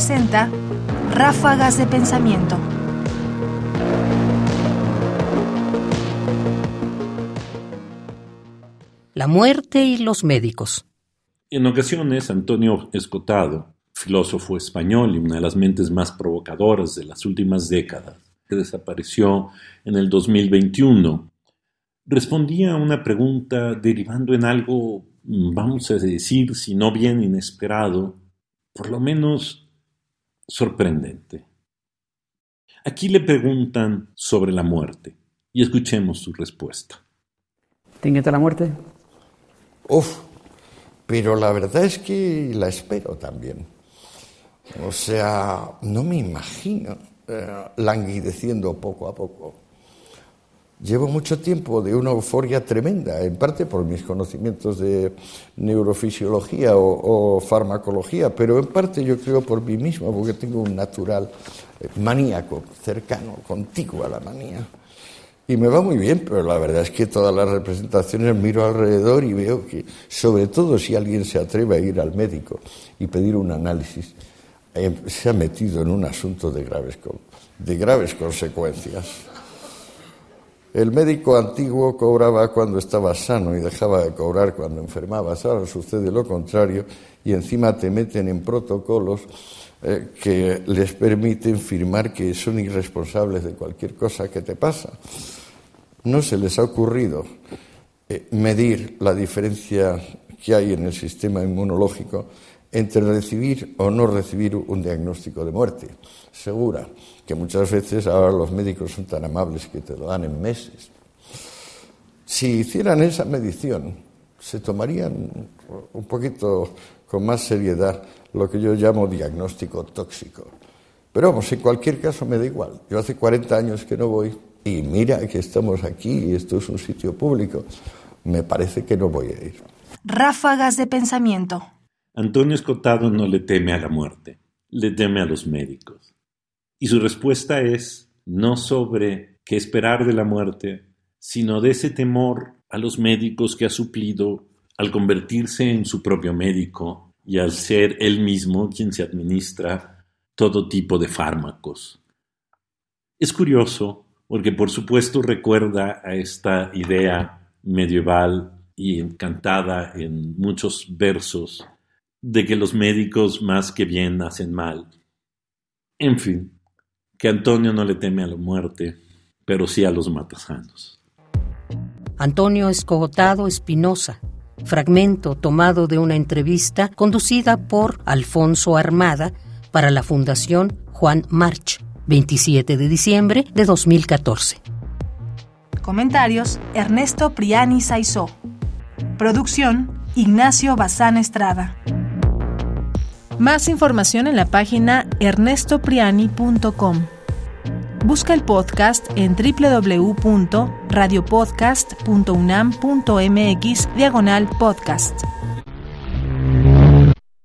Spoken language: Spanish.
presenta Ráfagas de Pensamiento. La muerte y los médicos. En ocasiones, Antonio Escotado, filósofo español y una de las mentes más provocadoras de las últimas décadas, que desapareció en el 2021, respondía a una pregunta derivando en algo, vamos a decir, si no bien inesperado, por lo menos sorprendente. Aquí le preguntan sobre la muerte y escuchemos su respuesta. ¿Te inquieta la muerte? Pero la verdad es que la espero también. O sea, no me imagino languideciendo poco a poco. Llevo mucho tiempo de una euforia tremenda, en parte por mis conocimientos de neurofisiología o farmacología, pero en parte yo creo por mí mismo, porque tengo un natural maníaco, cercano, contiguo a la manía. Y me va muy bien, pero la verdad es que todas las representaciones miro alrededor y veo que, sobre todo si alguien se atreve a ir al médico y pedir un análisis, se ha metido en un asunto de graves consecuencias. El médico antiguo cobraba cuando estaba sano y dejaba de cobrar cuando enfermabas. Ahora sucede lo contrario y encima te meten en protocolos que les permiten firmar que son irresponsables de cualquier cosa que te pasa. No se les ha ocurrido medir la diferencia que hay en el sistema inmunológico entre recibir o no recibir un diagnóstico de muerte segura, que muchas veces ahora los médicos son tan amables que te lo dan en meses. Si hicieran esa medición, se tomarían un poquito con más seriedad lo que yo llamo diagnóstico tóxico. Pero vamos, en cualquier caso me da igual. Yo hace 40 años que no voy y mira que estamos aquí y esto es un sitio público. Me parece que no voy a ir. Ráfagas de Pensamiento. Antonio Escotado no le teme a la muerte, le teme a los médicos. Y su respuesta es no sobre qué esperar de la muerte, sino de ese temor a los médicos que ha suplido al convertirse en su propio médico y al ser él mismo quien se administra todo tipo de fármacos. Es curioso porque por supuesto recuerda a esta idea medieval y encantada en muchos versos de que los médicos más que bien hacen mal. En fin, que Antonio no le teme a la muerte, pero sí a los matasanos. Antonio Escotado Espinosa. Fragmento tomado de una entrevista conducida por Alfonso Armada para la Fundación Juan March, 27 de diciembre de 2014. Comentarios: Ernesto Priani Saizó. Producción: Ignacio Bazán Estrada. Más información en la página ernestopriani.com. Busca el podcast en www.radiopodcast.unam.mx/podcast.